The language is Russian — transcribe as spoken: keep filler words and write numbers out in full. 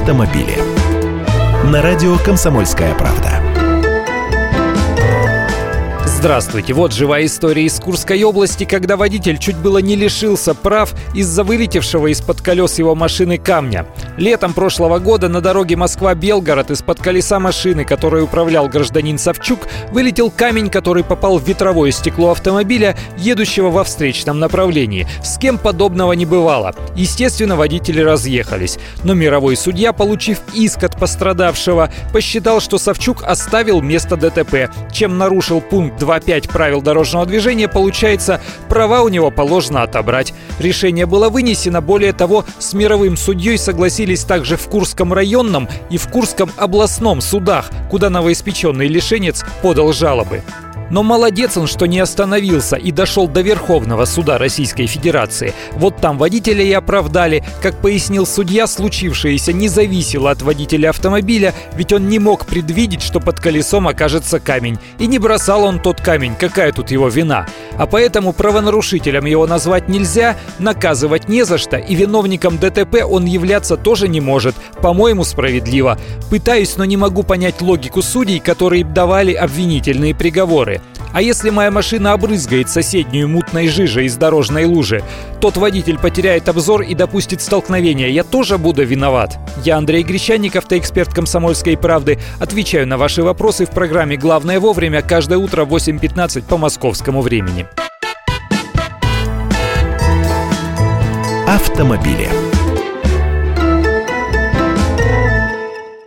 автомобили. На радио «Комсомольская правда». Здравствуйте. Вот живая история из Курской области, когда водитель чуть было не лишился прав из-за вылетевшего из-под колес его машины камня. Летом прошлого года на дороге Москва-Белгород из-под колеса машины, которой управлял гражданин Савчук, вылетел камень, который попал в ветровое стекло автомобиля, едущего во встречном направлении. С кем подобного не бывало. Естественно, водители разъехались. Но мировой судья, получив иск от пострадавшего, посчитал, что Савчук оставил место ДТП, чем нарушил пункт два пять правил дорожного движения. Получается, права у него положено отобрать. Решение было вынесено. Более того, с мировым судьей согласились также в Курском районном и в Курском областном судах, куда новоиспеченный лишенец подал жалобы. Но молодец он, что не остановился и дошел до Верховного суда Российской Федерации. Вот там водителя и оправдали. Как пояснил судья, случившееся не зависело от водителя автомобиля, ведь он не мог предвидеть, что под колесом окажется камень. И не бросал он тот камень, какая тут его вина. А поэтому правонарушителем его назвать нельзя, наказывать не за что, и виновником ДТП он являться тоже не может. По-моему, справедливо. Пытаюсь, но не могу понять логику судей, которые давали обвинительные приговоры. А если моя машина обрызгает соседнюю мутной жижей из дорожной лужи, тот водитель потеряет обзор и допустит столкновение. Я тоже буду виноват? Я Андрей Гречанник, автоэксперт «Комсомольской правды». Отвечаю на ваши вопросы в программе «Главное вовремя» каждое утро в восемь пятнадцать по московскому времени. Автомобили.